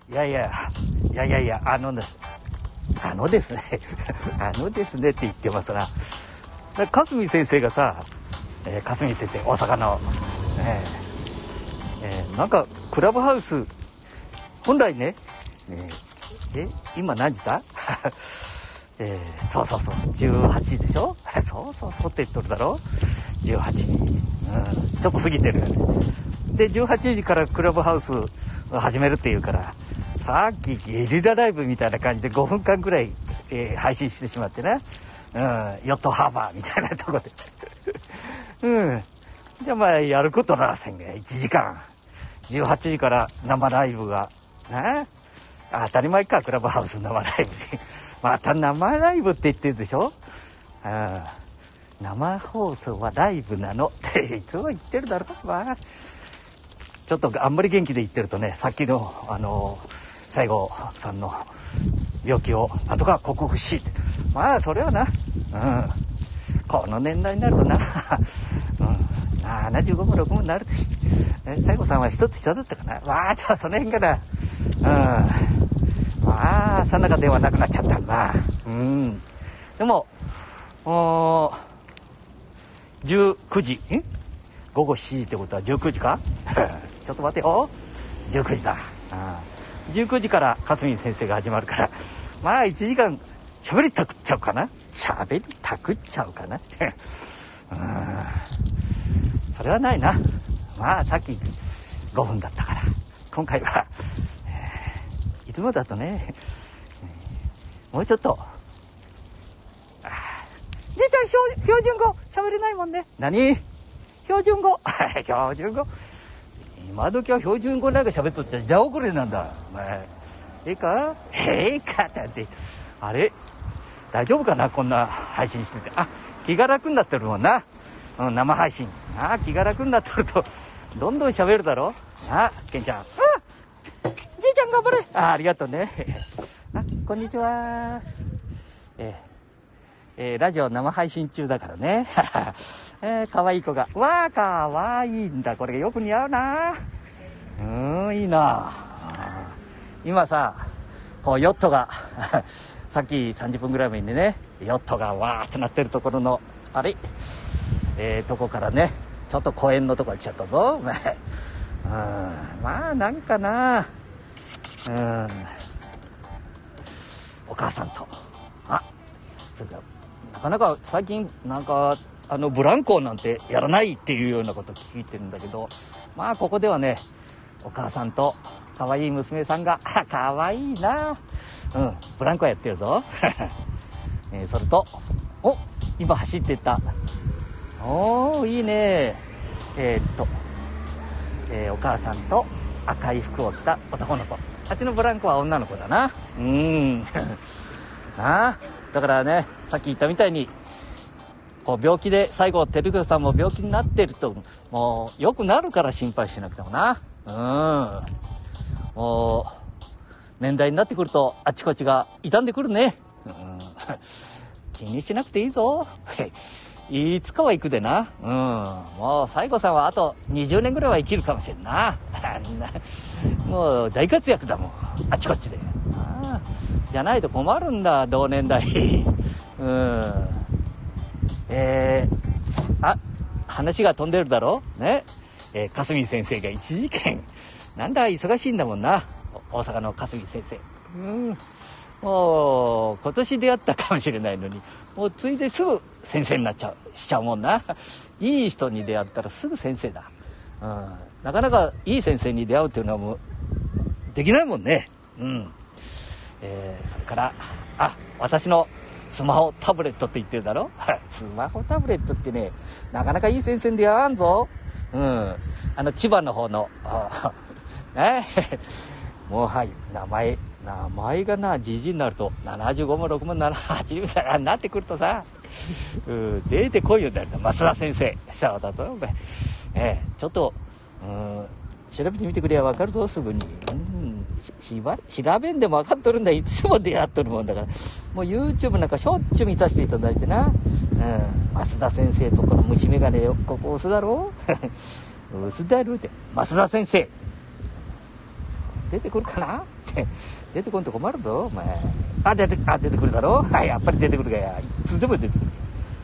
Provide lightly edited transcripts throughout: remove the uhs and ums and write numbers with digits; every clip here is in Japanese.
いやいや、あのですね、あのですねって言ってますな。かすみ先生がさ、かすみ先生、大阪の、なんかクラブハウス、本来ね、今何時だそう、18時でしょそうって言っとるだろ ?18 時。ちょっと過ぎてる。で、18時からクラブハウスを始めるっていうから、さっきゲリラライブみたいな感じで5分間ぐらい、配信してしまってね。ヨットハーバーみたいなとこで。じゃあまあ、やることならせんが、1時間。18時から生ライブが、当たり前か、クラブハウス生ライブで。また生ライブって言ってるでしょ。生放送はライブなのっていつも言ってるだろ。まあ、ちょっとあんまり元気で言ってるとね、さっきの西郷さんの病気を後から克服し、まあそれはな、この年代になるとな、75も6もなると西郷さんは一つ下だったかな。まあじゃあその辺からまあそんな中ではなくなっちゃったんだ。でも19時午後7時ってことは19時かちょっと待てよ、19時だ。19時からかすみ先生が始まるから、まあ1時間喋りたくっちゃうかなそれはないな。まあさっき5分だったから、今回は、いつもだとね、もうちょっとじいちゃん標準語喋れないもんね。何標準語標準語、今時は標準語なんか喋っとっちゃじゃ遅れなんだ。いいかってあれ大丈夫かな、こんな配信してて。気が楽になってるもんな、生配信。気が楽になってるとどんどん喋るだろ。ケンちゃん、じいちゃん頑張れ。ありがとうね。こんにちは。ラジオ生配信中だからね。かわいい子が、かわいいんだ。これがよく似合うな。いいな。今さ、こうヨットがさっき30分ぐらい前にね、ヨットがわーってなってるところのとこからね、ちょっと公園のとこに来ちゃったぞ。まあなんかな、お母さんと、それからなかなか最近なんかブランコなんてやらないっていうようなこと聞いてるんだけど、まあここではね、お母さんと可愛い娘さんが可愛いな、ブランコやってるぞ。それと今走ってったいいね。お母さんと赤い服を着た男の子、あっちのブランコは女の子だな。だからね、さっき言ったみたいにこう病気で最後照久さんも病気になってるともう良くなるから心配しなくてもな。もう年代になってくるとあっちこっちが傷んでくるね。気にしなくていいぞ。いつかは行くでな。もう西郷さんはあと20年ぐらいは生きるかもしれんな。もう大活躍だもん、あっちこっちで。じゃないと困るんだ、同年代。話が飛んでるだろね。かすみ先生が1時間なんだ忙しいんだもんな、大阪のかすみ先生。もう今年出会ったかもしれないのに、もうついですぐ先生になっちゃうもんな。いい人に出会ったらすぐ先生だ。なかなかいい先生に出会うっていうのはもうできないもんね。それから私のスマホタブレットって言ってるだろ。スマホタブレットってね、なかなかいい先生に出会わんぞ。千葉の方のもう名前がな、じじいになると75も6も80みたいになってくるとさ、出てこいよだよ、増田先生。そうだぞ、ちょっと調べてみてくれば分かるぞ、すぐに。調べんでも分かっとるんだ。いつも出会っとるもんだから、もう YouTube なんかしょっちゅう見させていただいてな。増田先生とこの虫眼鏡よ、ここ押すだろ押すだろって、増田先生出てくるかな。 出てこんと困るぞ、お前。出てくるだろ。やっぱり出てくるかや。いつでも出てくる。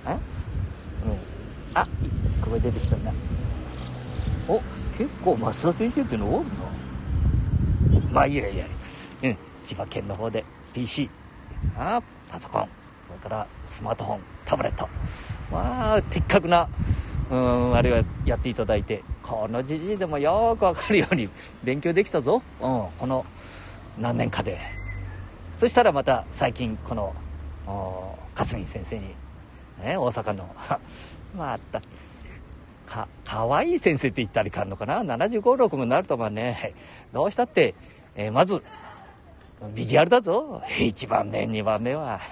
ここ出てきたんだ。結構増田先生っていうの多いの。まあいいや。千葉県の方で PC、パソコン、それからスマートフォン、タブレット。的確な、あれはやっていただいて、このじじいでもよくわかるように勉強できたぞ。この何年かで。そしたらまた最近このかすみん先生に、大阪のまたかわいい先生って言ったらいかんのかな。75、6もなるとどうしたって、まずビジュアルだぞ。1番目2番目は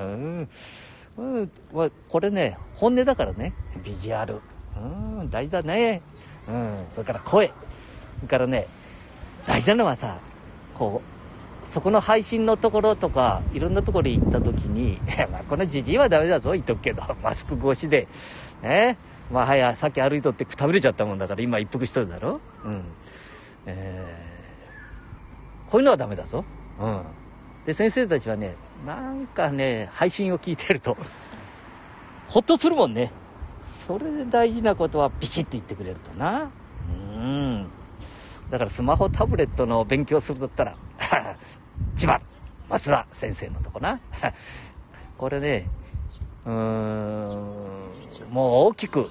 これね、本音だからね。ビジュアル大事だね。それから声、それからね、大事なのはさ、そこの配信のところとかいろんなところに行った時にこのじじいはダメだぞ言っとくけど、マスク越しでさっき歩いとってくたびれちゃったもんだから今一服しとるだろ。こういうのはダメだぞ。で先生たちはね、なんかね、配信を聞いてるとほっとするもんね。それで大事なことはビシッと言ってくれるとな。だからスマホタブレットの勉強するだったら千葉増田先生のとこなこれね、もう大きく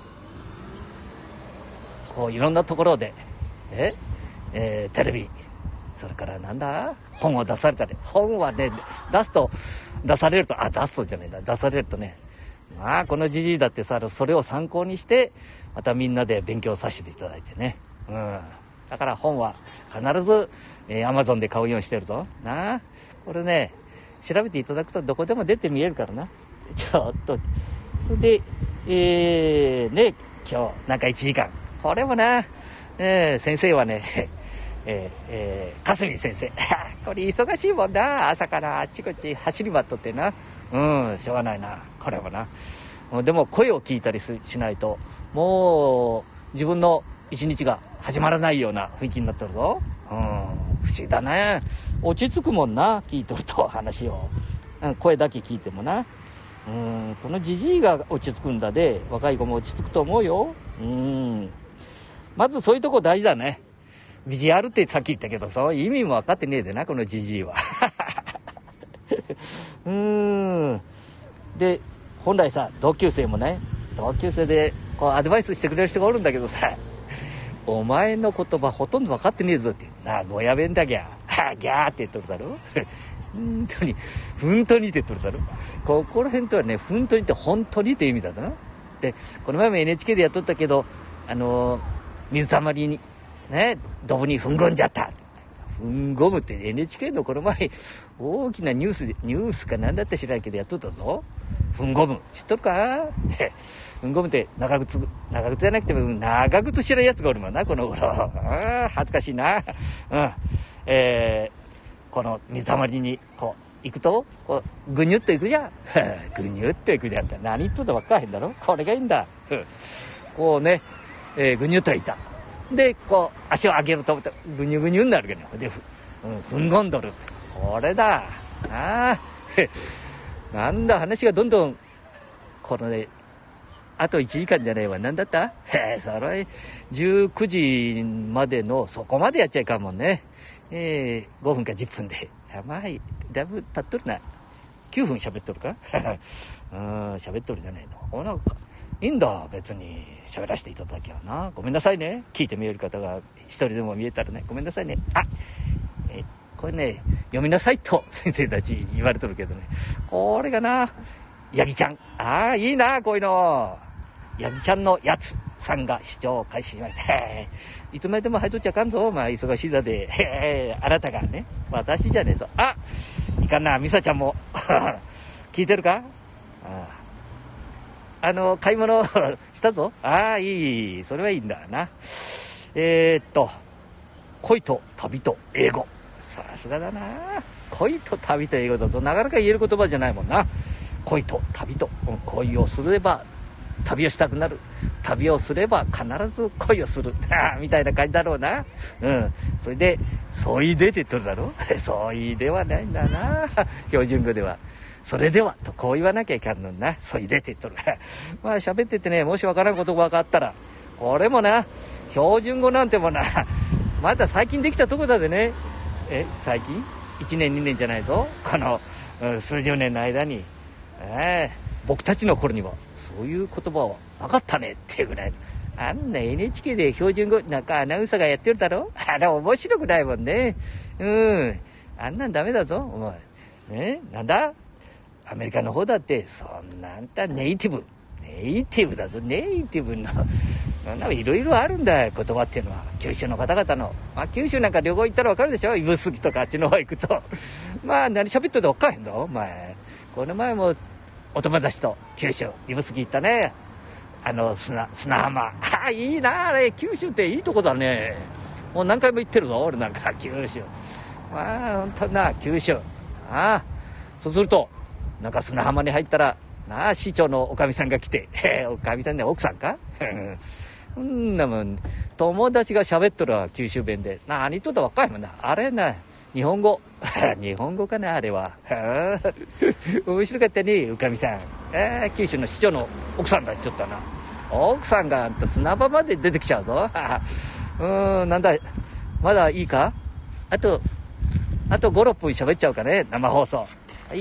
いろんなところでテレビ、それから本を出されたり、本はね出されるとね、このじじいだってさ、それを参考にしてまたみんなで勉強させていただいてね。だから本は必ずAmazon で買うようにしてるぞな。これね、調べていただくとどこでも出て見えるからな。ちょっとそれで今日1時間これもな、先生はねかすみ先生これ忙しいもんな。朝からあっちこっち走り回っとってな。しょうがないなこれはな。でも声を聞いたりしないともう自分の一日が始まらないような雰囲気になってるぞ。不思議だね。落ち着くもんな、聞いとると話を。声だけ聞いてもな。このじじいが落ち着くんだで、若い子も落ち着くと思うよ。まずそういうとこ大事だね。ビジュアルってさっき言ったけど、そう意味も分かってねえでな、このじじいは。で、本来さ、同級生でアドバイスしてくれる人がおるんだけどさ、お前の言葉ほとんど分かってねえぞって。ごやべんだギャー。ギャーって言っとるだろ。本当にって言っとるだろ。ここら辺とはね、本当にって本当にって意味だな。で、この前も NHK でやっとったけど、水たまりに、ドブに踏ん込んじゃった。踏ん込むって NHK のこの前、大きなニュースかなんだって知らんけどやっとったぞ。踏ん込む。知っとるか踏ん込むって長靴じゃなくても長靴知らんやつがおるもんな、この頃。恥ずかしいな。この水たまりに行くとぐにゅっと行くじゃん。ぐにゅっと行くじゃんって何言っとったばっかへんだろ。これがいいんだ。ぐにゅっといた。で足を上げるとぐにゅぐにゅになるけど、で踏ん込んどる。これだ。なんだ話がどんどんあと1時間じゃないわ。なんだったそれ19時までのそこまでやっちゃいかんもんね。5分か10分でだいぶ経っとるな。9分喋っとるか喋っとるじゃないの。なんかいいんだ、別に喋らせていただきゃな。ごめんなさいね、聞いてみえる方が一人でも見えたらね、ごめんなさいね。これね、読みなさいと先生たちに言われとるけどね、これがな、ヤギちゃん。いいな、こういうの。ヤギちゃんのやつさんが視聴を開始しました。いつまでも入っとっちゃあかんぞ。忙しいだで。あなたがね、私じゃねえぞ。いかんな、ミサちゃんも。聞いてるか？買い物したぞ。いい。それはいいんだな。恋と旅と英語。さすがだな。恋と旅と英語だとなかなか言える言葉じゃないもんな。恋と旅と、恋をすれば旅をしたくなる。旅をすれば必ず恋をする。みたいな感じだろうな。うん。それで、そいでって言っとるだろ。そいではないんだな。標準語では。それでは、とこう言わなきゃいかんのにな。そいでって言っとる。まあ喋っててね、もしわからんことが分かったら、これもな、標準語なんてもな、まだ最近できたとこだでね。最近 ?1 年2年じゃないぞ。この、数十年の間に。僕たちの頃には、そういう言葉はなかったねっていうぐらい。あんな NHK で標準語、なんかアナウンサーがやってるだろ。あれ面白くないもんね。あんなんダメだぞ、お前。なんだアメリカの方だって、そんなんたネイティブだぞ、ネイティブの。なんだいろいろあるんだよ、言葉っていうのは。九州の方々の。まあ、九州なんか旅行行ったらわかるでしょ、指宿とかあっちの方行くと。まあ、何喋っててわかへんだ、お前。この前も、お友達と九州、指宿行ったね。砂浜。いいな、あれ。九州っていいとこだね。もう何回も行ってるぞ、俺なんか、九州。まあ、ほんとな、九州。そうすると、なんか砂浜に入ったら、市長のおかみさんが来て、おかみさんね、奥さんかそんなもん、友達が喋っとるわ、九州弁で。何言っとったら若いもんな。あれな、日本語。日本語かな、あれは。面白かったね、おかみさん。九州の市長の奥さんだって言っとったな。奥さんがあんた砂場まで出てきちゃうぞ。なんだ、まだいいか？あと5、6分喋っちゃうかね、生放送。はい。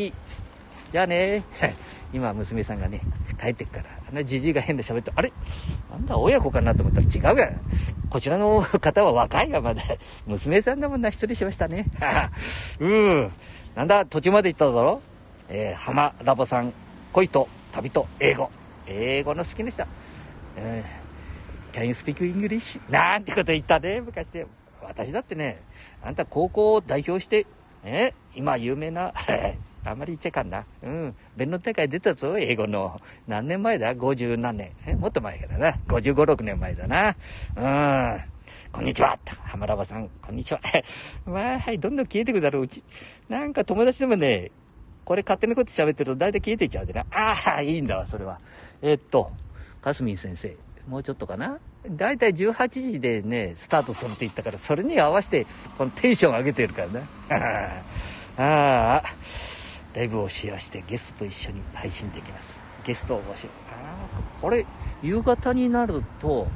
じゃあね。今、娘さんがね、帰ってくから、じじいが変で喋って、あれなんだ、親子かなと思ったら違うが、こちらの方は若いがまだ、娘さんだもんな、失礼しましたね。なんだ、途中まで行っただろ。浜ラボさん、恋と旅と英語。英語の好きな人。Can you speak English? なんてこと言ったね、昔で。私だってね、あんた高校を代表して、今有名な、あんまり言っちゃいかんな。弁論大会出たぞ、英語の。何年前だ ?50 何年。もっと前からな。55、6年前だな。こんにちは。浜ラバさん、こんにちは。まあ、はい、どんどん消えてくだろう。うち、なんか友達でもね、これ勝手なこと喋ってると大体消えていっちゃうでな。いいんだわ、それは。かすみん先生。もうちょっとかな。だいたい18時でね、スタートするって言ったから、それに合わせて、このテンション上げてるからな。ライブをシェアしてゲストと一緒に配信できます。ゲストを募集。これ、夕方になると、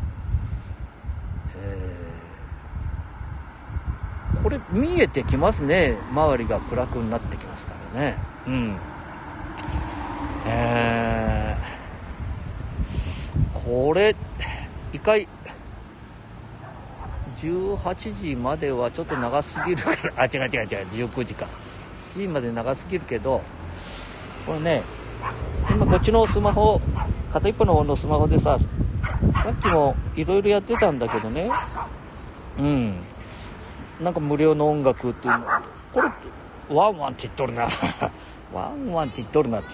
これ見えてきますね。周りが暗くなってきますからね。これ、一回、18時まではちょっと長すぎるから、違う、19時か。7時まで長すぎるけど、これね、今こっちのスマホ、片一方の方のスマホでさっきもいろいろやってたんだけどね、なんか無料の音楽っていうの、これ、ワンワンって言っとるな。ワンワンって言っとるなって。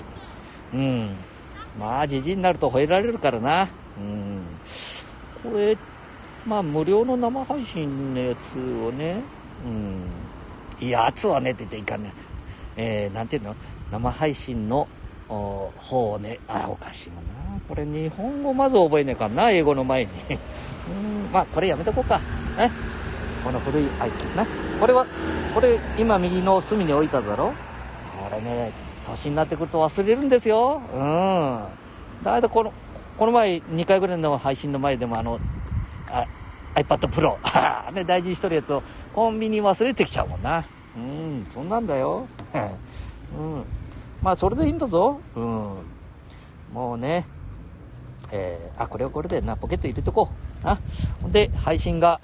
まあ、じじいになると吠えられるからな。これ、まあ、無料の生配信のやつをね、やつはねって言っていかんね。なんていうの？生配信の方をね、おかしいもんな。これ日本語まず覚えねえかんな、英語の前に。まあ、これやめとこうか。この古いアイコンな。これ、今右の隅に置いただろ？これね、年になってくると忘れるんですよ。だいたいこの前、2回ぐらいの配信の前でもiPad Pro 大事にしとるやつをコンビニ忘れてきちゃうもんな。そんなんだよ。まあそれでいいんだぞ。もうね、これはこれでな、ポケット入れとこう。で、配信が、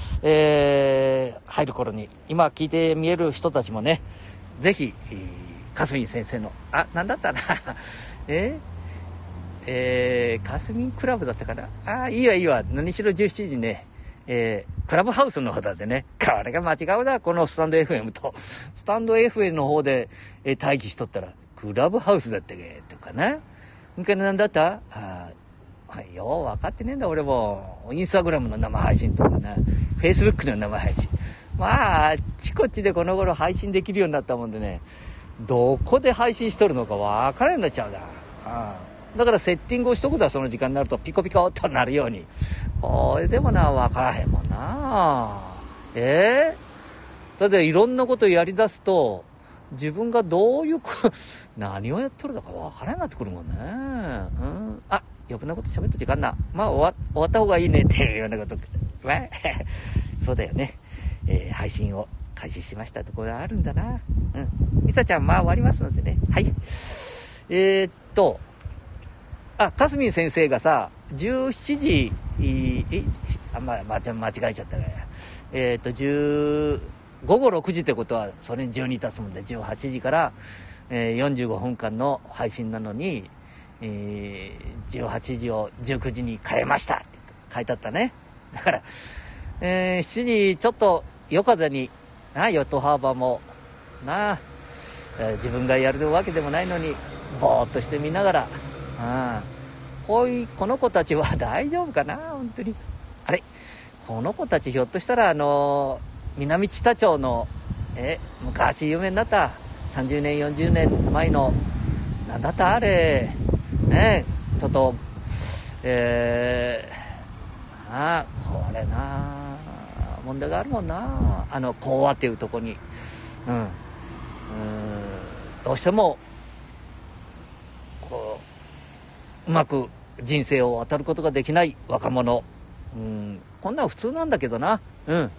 入る頃に、今聞いて見える人たちもね、ぜひ、かすみん先生の、なんだったな。かすみんクラブだったかな。いいわ。何しろ17時ね、クラブハウスの方でね、これが間違うな、このスタンド FM と。スタンド FM の方で、待機しとったら、クラブハウスだったけ、とかな。それから何だった？よう分かってねえんだ、俺も。インスタグラムの生配信とかな。フェイスブックの生配信。まあ、あっちこっちでこの頃配信できるようになったもんでね、どこで配信しとるのか分からんようになっちゃうな。 だからセッティングをしとくだ、その時間になるとピコピコっとなるように。これでもな、わからへんもんな。だっていろんなことやり出すと、自分がどういう何をやっとるだかわからなくなってくるもんね。あ、余分なこと喋った時間な。まあ終わった方がいいねっていうようなこと。そうだよね。配信を開始しましたところがあるんだな。みさちゃん、まあ終わりますのでね。はい。かすみん先生がさ、17時、間違えちゃったね。午後6時ってことは、それに12足すもんで、18時から、45分間の配信なのに、18時を19時に変えましたって書いてあったね。だから、7時ちょっと夜風に、ヨットハーバーも、自分がやるわけでもないのに、ぼーっとして見ながら、この子たちは大丈夫かな本当に。あれこの子たちひょっとしたら南知多町の、昔有名になった30年40年前の、なんだったあれ、ちょっと、これな、問題があるもんな。講和っていうとこに。どうしても、うまく人生を渡ることができない若者。こんなん普通なんだけどな。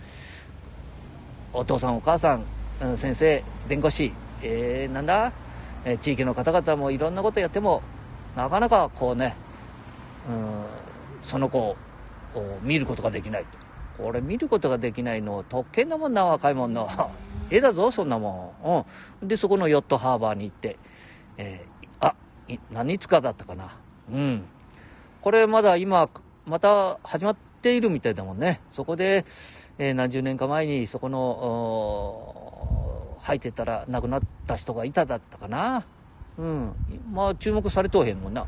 お父さんお母さん、先生弁護士、地域の方々もいろんなことやってもなかなかその子を見ることができないと。これ見ることができないの特権だもんな、若いもんのだぞそんなもん。でそこのヨットハーバーに行って、何日かだったかな。これまだ今また始まっているみたいだもんね。そこで、何十年か前にそこの入ってたら亡くなった人がいただったかな。まあ注目されとうへんもんな。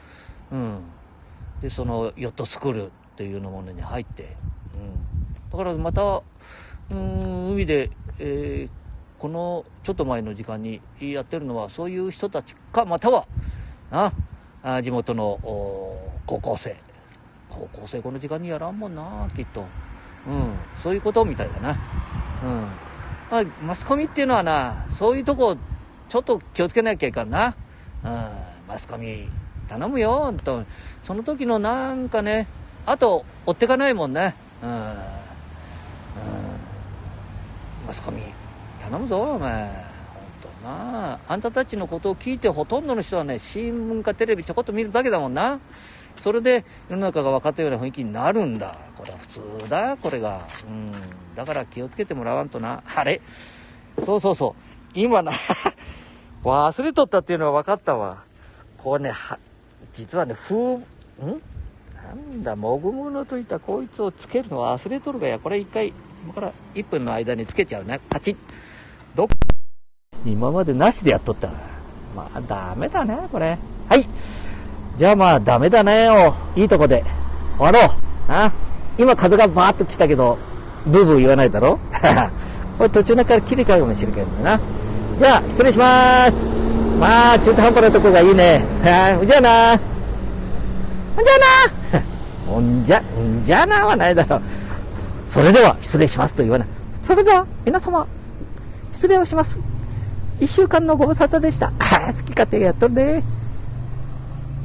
でそのヨットスクールっていうのものに入って、だからまた海で、このちょっと前の時間にやってるのはそういう人たちか、または地元の高校生この時間にやらんもんなきっと。そういうことみたいだな。マスコミっていうのはな、そういうとこちょっと気をつけなきゃいかんな。マスコミ頼むよと。その時のなんかね、あと追ってかないもんね。マスコミ頼むぞお前。あんたたちのことを聞いてほとんどの人はね、新聞かテレビちょこっと見るだけだもんな。それで世の中が分かったような雰囲気になるんだ。これは普通だ、これが。だから気をつけてもらわんとな。あれそう今な忘れとったっていうのは分かったわ。これね、実はね、なんだ、もぐもぐのといったこいつをつけるの忘れとるがや。これ一回今から1分の間につけちゃうね。カチッ。今までなしでやっとった。まあダメだねこれ。はい、じゃあまあダメだねよ。いいとこで終わろう。今風がバーッと来たけどブーブー言わないだろこれ途中から切り替えるかもしれんけどな。じゃあ失礼します。まあ中途半端なとこがいいね。じゃあなほんじゃなはないだろう。それでは失礼しますと言わない。それでは皆様失礼をします。1週間のご無沙汰でした。好き勝手やっとるね。